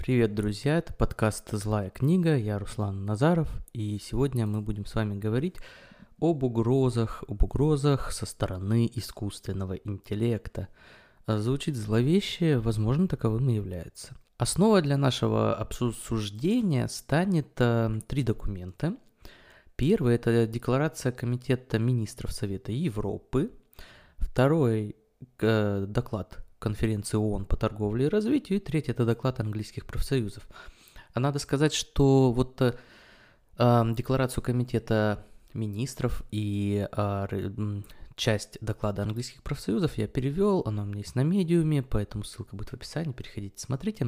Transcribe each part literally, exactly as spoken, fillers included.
Привет, друзья! Это подкаст «Злая книга». Я Руслан Назаров, и сегодня мы будем с вами говорить об угрозах, об угрозах со стороны искусственного интеллекта. Звучит зловеще, возможно, таковым и является. Основой для нашего обсуждения станет э, три документа. Первый – это Декларация Комитета министров Совета Европы. Второй э, – доклад конференции ООН по торговле и развитию, и третий – это доклад английских профсоюзов. А надо сказать, что вот э, декларацию комитета министров и э, часть доклада английских профсоюзов я перевел, она у меня есть на медиуме, поэтому ссылка будет в описании, переходите, смотрите.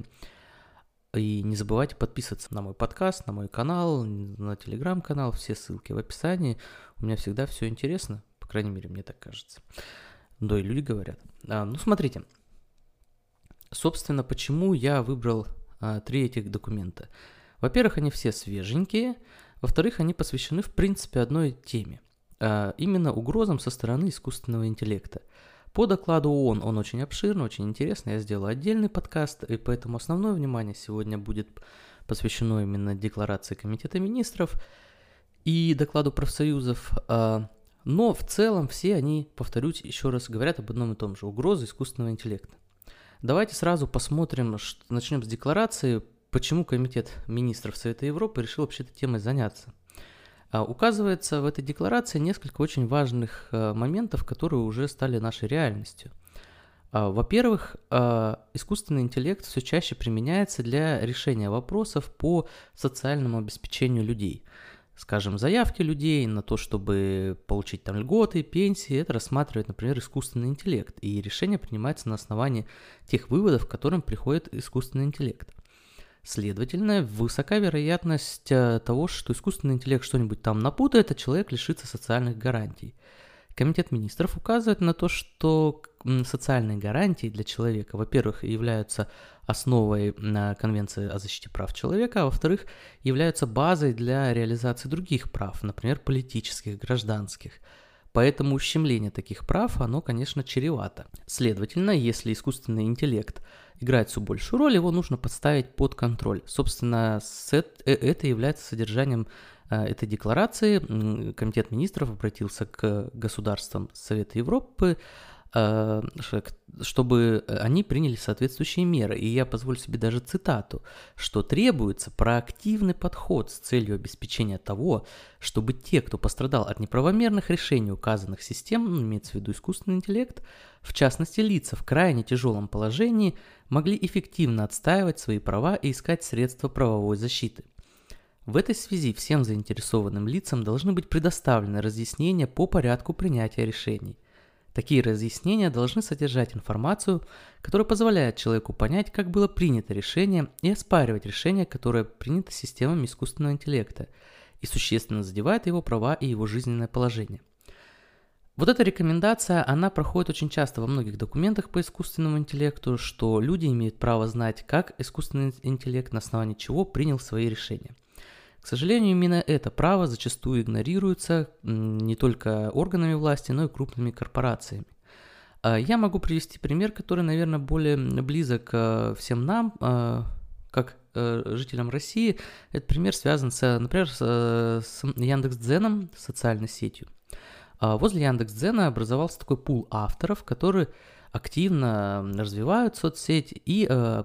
И не забывайте подписываться на мой подкаст, на мой канал, на телеграм-канал, все ссылки в описании. У меня всегда все интересно, по крайней мере, мне так кажется. Да и люди говорят. А, ну, смотрите. Собственно, почему я выбрал а, три этих документа? Во-первых, они все свеженькие. Во-вторых, они посвящены, в принципе, одной теме. А, именно угрозам со стороны искусственного интеллекта. По докладу ООН он очень обширный, очень интересный. Я сделал отдельный подкаст, и поэтому основное внимание сегодня будет посвящено именно Декларации Комитета министров и докладу профсоюзов. А, но в целом все они, повторюсь, еще раз говорят об одном и том же – угрозы искусственного интеллекта. Давайте сразу посмотрим, что, начнем с декларации, почему Комитет министров Совета Европы решил вообще этой темой заняться. А, указывается в этой декларации несколько очень важных а, моментов, которые уже стали нашей реальностью. А, во-первых, а, искусственный интеллект все чаще применяется для решения вопросов по социальному обеспечению людей. Скажем, заявки людей на то, чтобы получить там льготы, пенсии, это рассматривает, например, искусственный интеллект, и решение принимается на основании тех выводов, к которым приходит искусственный интеллект. Следовательно, высока вероятность того, что искусственный интеллект что-нибудь там напутает, а человек лишится социальных гарантий. Комитет министров указывает на то, что социальные гарантии для человека, во-первых, являются основой Конвенции о защите прав человека, а во-вторых, являются базой для реализации других прав, например, политических, гражданских. Поэтому ущемление таких прав, оно, конечно, чревато. Следовательно, если искусственный интеллект играет все большую роль, его нужно подставить под контроль. Собственно, это является содержанием этой декларации. Комитет министров обратился к государствам Совета Европы, чтобы они приняли соответствующие меры. И я позволю себе даже цитату, что требуется проактивный подход с целью обеспечения того, чтобы те, кто пострадал от неправомерных решений указанных систем, ну, имеется в виду искусственный интеллект, в частности лица в крайне тяжелом положении, могли эффективно отстаивать свои права и искать средства правовой защиты. В этой связи всем заинтересованным лицам должны быть предоставлены разъяснения по порядку принятия решений. Такие разъяснения должны содержать информацию, которая позволяет человеку понять, как было принято решение, и оспаривать решение, которое принято системами искусственного интеллекта, и существенно задевает его права и его жизненное положение. Вот эта рекомендация, она проходит очень часто во многих документах по искусственному интеллекту, что люди имеют право знать, как искусственный интеллект на основании чего принял свои решения. К сожалению, именно это право зачастую игнорируется не только органами власти, но и крупными корпорациями. Я могу привести пример, который, наверное, более близок всем нам, как жителям России. Этот пример связан, с, например, с Яндекс.Дзеном, социальной сетью. Возле Яндекс.Дзена образовался такой пул авторов, которые активно развивают соцсеть и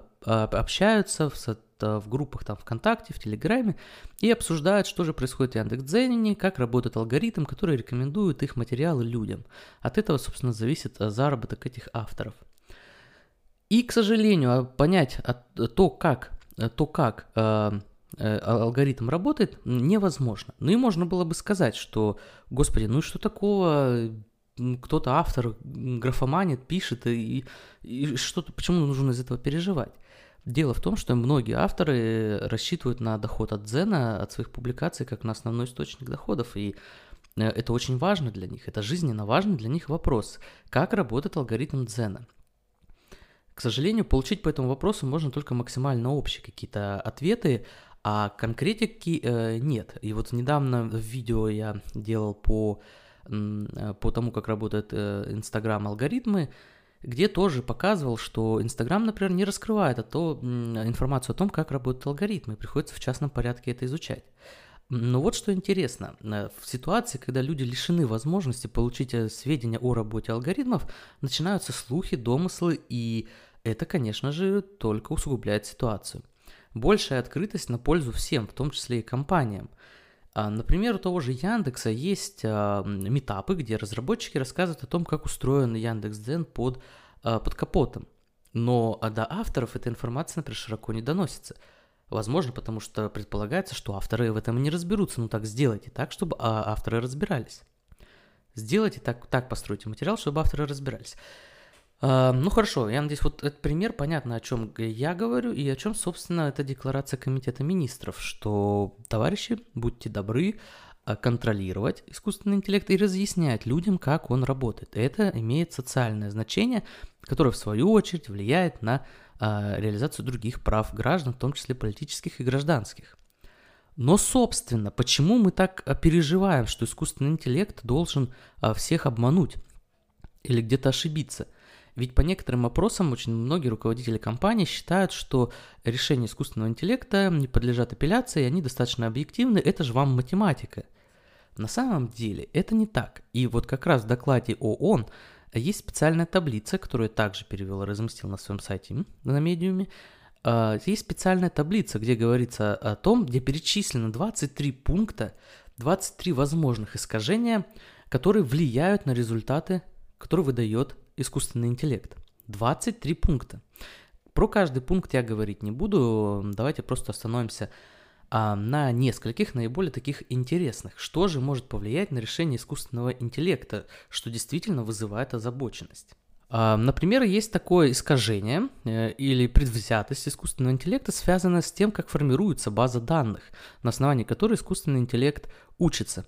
общаются в соцсетях, в группах там ВКонтакте, в Телеграме и обсуждают, что же происходит в Яндекс.Дзене, как работает алгоритм, который рекомендует их материалы людям. От этого, собственно, зависит заработок этих авторов. И, к сожалению, понять то, как, то, как э, э, алгоритм работает, невозможно. Ну и можно было бы сказать, что, господи, ну и что такого, кто-то автор графоманит, пишет, и, и что-то, почему нужно из этого переживать? Дело в том, что многие авторы рассчитывают на доход от Дзена, от своих публикаций, как на основной источник доходов, и это очень важно для них, это жизненно важный для них вопрос, как работает алгоритм Дзена. К сожалению, получить по этому вопросу можно только максимально общие какие-то ответы, а конкретики э, нет. И вот недавно в видео я делал по, по тому, как работают Инстаграм алгоритмы, где тоже показывал, что Инстаграм, например, не раскрывает а то, информацию о том, как работают алгоритмы, приходится в частном порядке это изучать. Но вот что интересно, в ситуации, когда люди лишены возможности получить сведения о работе алгоритмов, начинаются слухи, домыслы, и это, конечно же, только усугубляет ситуацию. Большая открытость на пользу всем, в том числе и компаниям. Например, у того же Яндекса есть митапы, где разработчики рассказывают о том, как устроен Яндекс.Дзен под, под капотом. Но до авторов эта информация, например, широко не доносится. Возможно, потому что предполагается, что авторы в этом не разберутся. Ну так сделайте так, чтобы авторы разбирались. Сделайте так, так постройте материал, чтобы авторы разбирались. Ну хорошо, я надеюсь, вот этот пример, понятно, о чем я говорю и о чем, собственно, эта декларация Комитета министров, что, товарищи, будьте добры контролировать искусственный интеллект и разъяснять людям, как он работает. Это имеет социальное значение, которое, в свою очередь, влияет на а, реализацию других прав граждан, в том числе политических и гражданских. Но, собственно, почему мы так переживаем, что искусственный интеллект должен а, всех обмануть или где-то ошибиться? Ведь по некоторым опросам очень многие руководители компаний считают, что решения искусственного интеллекта не подлежат апелляции, они достаточно объективны, это же вам математика. На самом деле это не так. И вот как раз в докладе ООН есть специальная таблица, которую я также перевел и разместил на своем сайте на Медиуме. Есть специальная таблица, где говорится о том, где перечислено двадцать три пункта, двадцать три возможных искажения, которые влияют на результаты, которые выдает искусственный интеллект. двадцать три пункта. Про каждый пункт я говорить не буду, давайте просто остановимся а, на нескольких наиболее таких интересных. Что же может повлиять на решение искусственного интеллекта, что действительно вызывает озабоченность? А, например, есть такое искажение э, или предвзятость искусственного интеллекта, связанная с тем, как формируется база данных, на основании которой искусственный интеллект учится.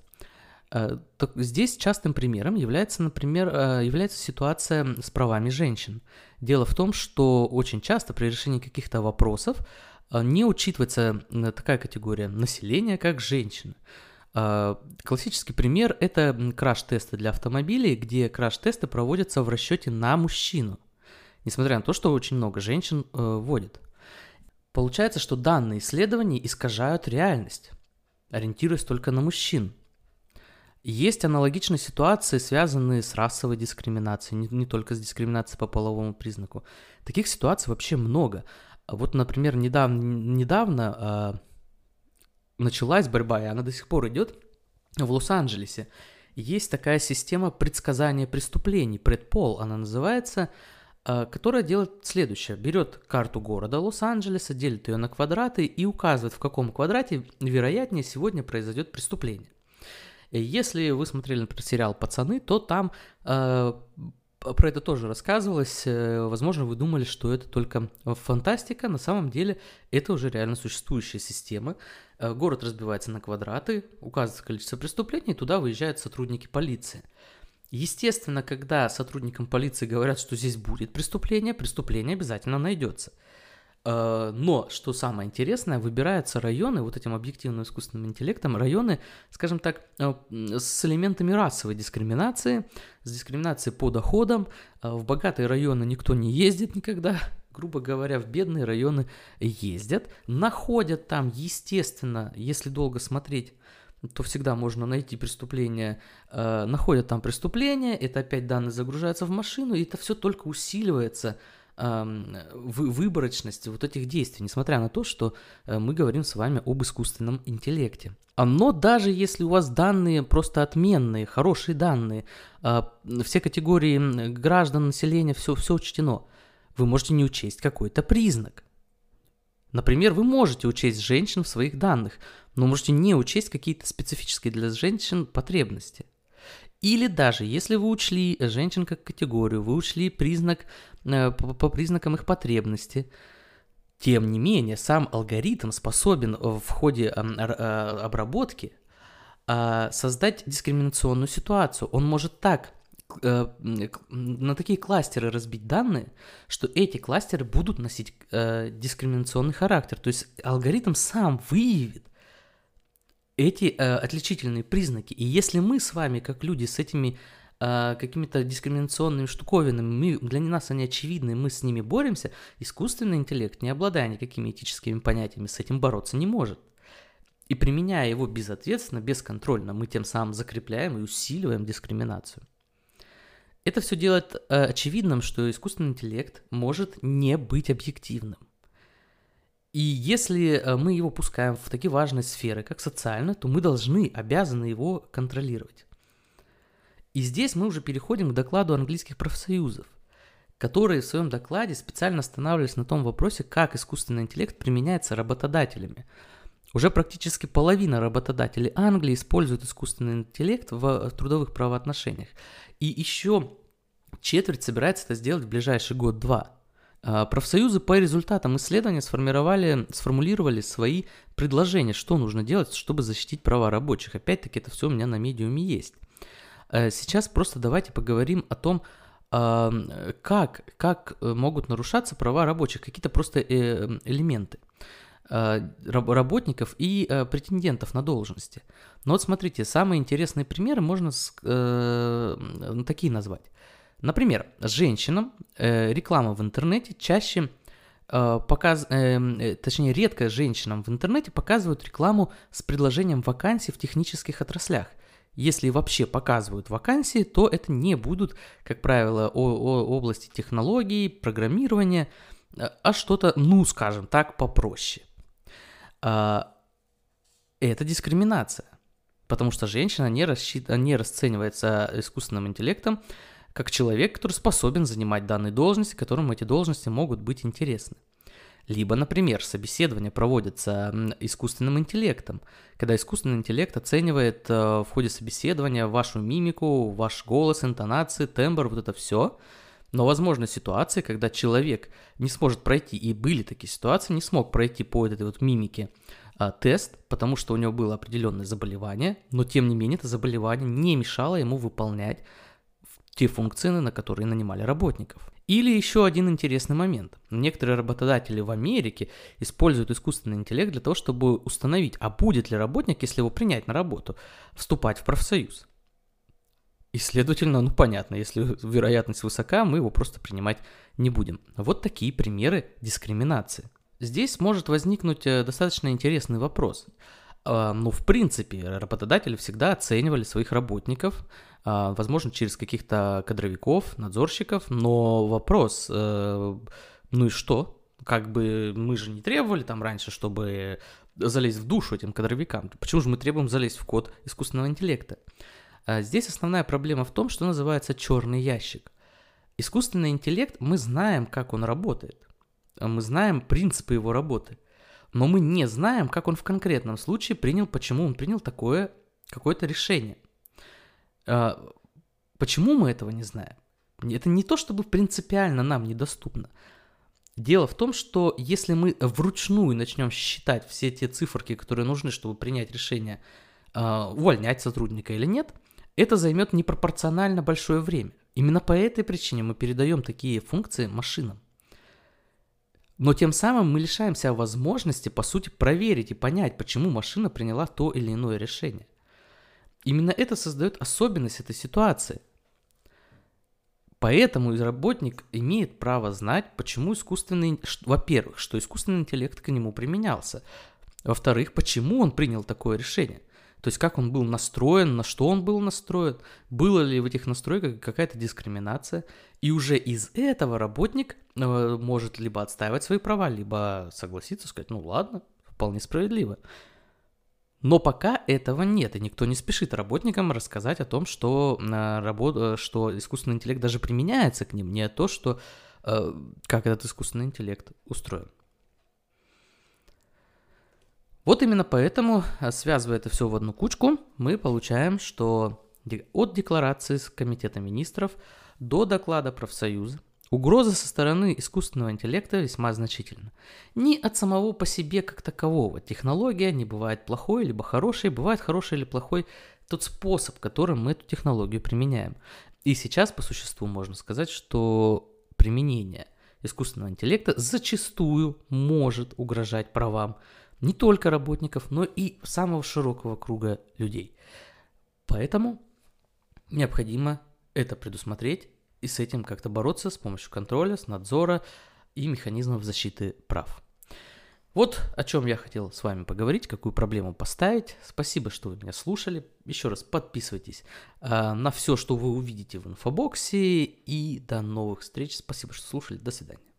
Здесь частым примером является, например, является ситуация с правами женщин. Дело в том, что очень часто при решении каких-то вопросов не учитывается такая категория населения, как женщины. Классический пример – это краш-тесты для автомобилей, где краш-тесты проводятся в расчете на мужчину, несмотря на то, что очень много женщин вводят. Получается, что данные исследования искажают реальность, ориентируясь только на мужчин. Есть аналогичные ситуации, связанные с расовой дискриминацией, не, не только с дискриминацией по половому признаку. Таких ситуаций вообще много. Вот, например, недавно, недавно э, началась борьба, и она до сих пор идет в Лос-Анджелесе. Есть такая система предсказания преступлений, предпол она называется, э, которая делает следующее. Берет карту города Лос-Анджелеса, делит ее на квадраты и указывает, в каком квадрате вероятнее сегодня произойдет преступление. Если вы смотрели, например, сериал «Пацаны», то там э, про это тоже рассказывалось. Э, возможно, вы думали, что это только фантастика. На самом деле это уже реально существующая система. Э, город разбивается на квадраты, указывается количество преступлений, туда выезжают сотрудники полиции. Естественно, когда сотрудникам полиции говорят, что здесь будет преступление, преступление обязательно найдется. Но, что самое интересное, выбираются районы, вот этим объективным искусственным интеллектом, районы, скажем так, с элементами расовой дискриминации, с дискриминацией по доходам. В богатые районы никто не ездит никогда, грубо говоря, в бедные районы ездят, находят там, естественно, если долго смотреть, то всегда можно найти преступление, находят там преступление, это опять данные загружаются в машину, и это все только усиливается выборочности вот этих действий, несмотря на то, что мы говорим с вами об искусственном интеллекте. Но даже если у вас данные просто отменные, хорошие данные, все категории граждан, населения, все, все учтено, вы можете не учесть какой-то признак. Например, вы можете учесть женщин в своих данных, но можете не учесть какие-то специфические для женщин потребности. Или даже если вы учли женщин как категорию, вы учли признак э, по, по признакам их потребности, тем не менее сам алгоритм способен в ходе э, э, обработки э, создать дискриминационную ситуацию. Он может так э, на такие кластеры разбить данные, что эти кластеры будут носить э, дискриминационный характер. То есть алгоритм сам выявит эти э, отличительные признаки. И если мы с вами, как люди, с этими э, какими-то дискриминационными штуковинами, мы, для нас они очевидны, мы с ними боремся, искусственный интеллект, не обладая никакими этическими понятиями, с этим бороться не может. И применяя его безответственно, бесконтрольно, мы тем самым закрепляем и усиливаем дискриминацию. Это все делает э, очевидным, что искусственный интеллект может не быть объективным. И если мы его пускаем в такие важные сферы, как социальная, то мы должны, обязаны его контролировать. И здесь мы уже переходим к докладу английских профсоюзов, которые в своем докладе специально останавливались на том вопросе, как искусственный интеллект применяется работодателями. Уже практически половина работодателей Англии используют искусственный интеллект в трудовых правоотношениях. И еще четверть собирается это сделать в ближайший год-два. Профсоюзы по результатам исследования сформировали, сформулировали свои предложения, что нужно делать, чтобы защитить права рабочих. Опять-таки, это все у меня на медиуме есть. Сейчас просто давайте поговорим о том, как, как могут нарушаться права рабочих, какие-то просто элементы работников и претендентов на должности. Но вот смотрите, самые интересные примеры можно такие назвать. Например, женщинам э, реклама в интернете чаще, э, показ... э, точнее, редко женщинам в интернете показывают рекламу с предложением вакансий в технических отраслях. Если вообще показывают вакансии, то это не будут, как правило, о, о области технологий, программирования, а что-то, ну, скажем так, попроще. А, это дискриминация, потому что женщина не, рассчит... не расценивается искусственным интеллектом как человек, который способен занимать данные должности, которому эти должности могут быть интересны. Либо, например, собеседование проводится искусственным интеллектом, когда искусственный интеллект оценивает э, в ходе собеседования вашу мимику, ваш голос, интонации, тембр, вот это все. Но возможны ситуации, когда человек не сможет пройти, и были такие ситуации, не смог пройти по этой вот мимике э, тест, потому что у него было определенное заболевание, но тем не менее это заболевание не мешало ему выполнять те функции, на которые нанимали работников. Или еще один интересный момент. Некоторые работодатели в Америке используют искусственный интеллект для того, чтобы установить, а будет ли работник, если его принять на работу, вступать в профсоюз. И, следовательно, ну понятно, если вероятность высока, мы его просто принимать не будем. Вот такие примеры дискриминации. Здесь может возникнуть достаточно интересный вопрос. Ну, в принципе, работодатели всегда оценивали своих работников, возможно, через каких-то кадровиков, надзорщиков, но вопрос, ну и что? Как бы мы же не требовали там раньше, чтобы залезть в душу этим кадровикам. Почему же мы требуем залезть в код искусственного интеллекта? Здесь основная проблема в том, что называется черный ящик. Искусственный интеллект, мы знаем, как он работает, мы знаем принципы его работы. Но мы не знаем, как он в конкретном случае принял, почему он принял такое какое-то решение. Почему мы этого не знаем? Это не то, чтобы принципиально нам недоступно. Дело в том, что если мы вручную начнем считать все те циферки, которые нужны, чтобы принять решение, увольнять сотрудника или нет, это займет непропорционально большое время. Именно по этой причине мы передаем такие функции машинам. Но тем самым мы лишаем себя возможности, по сути, проверить и понять, почему машина приняла то или иное решение. Именно это создает особенность этой ситуации. Поэтому работник имеет право знать, почему искусственный... Во-первых, что искусственный интеллект к нему применялся. Во-вторых, почему он принял такое решение. То есть, как он был настроен, на что он был настроен, было ли в этих настройках какая-то дискриминация. И уже из этого работник э, может либо отстаивать свои права, либо согласиться, сказать, ну ладно, вполне справедливо. Но пока этого нет, и никто не спешит работникам рассказать о том, что, э, работ... что искусственный интеллект даже применяется к ним, не то, что, э, как этот искусственный интеллект устроен. Вот именно поэтому, связывая это все в одну кучку, мы получаем, что от декларации с Комитета министров до доклада профсоюза угроза со стороны искусственного интеллекта весьма значительна. Не от самого по себе как такового. Технология не бывает плохой либо хорошей, бывает хороший или плохой тот способ, которым мы эту технологию применяем. И сейчас по существу можно сказать, что применение искусственного интеллекта зачастую может угрожать правам не только работников, но и самого широкого круга людей. Поэтому необходимо это предусмотреть и с этим как-то бороться с помощью контроля, с надзора и механизмов защиты прав. Вот о чем я хотел с вами поговорить, какую проблему поставить. Спасибо, что вы меня слушали. Еще раз подписывайтесь э, на все, что вы увидите в инфобоксе. И до новых встреч. Спасибо, что слушали. До свидания.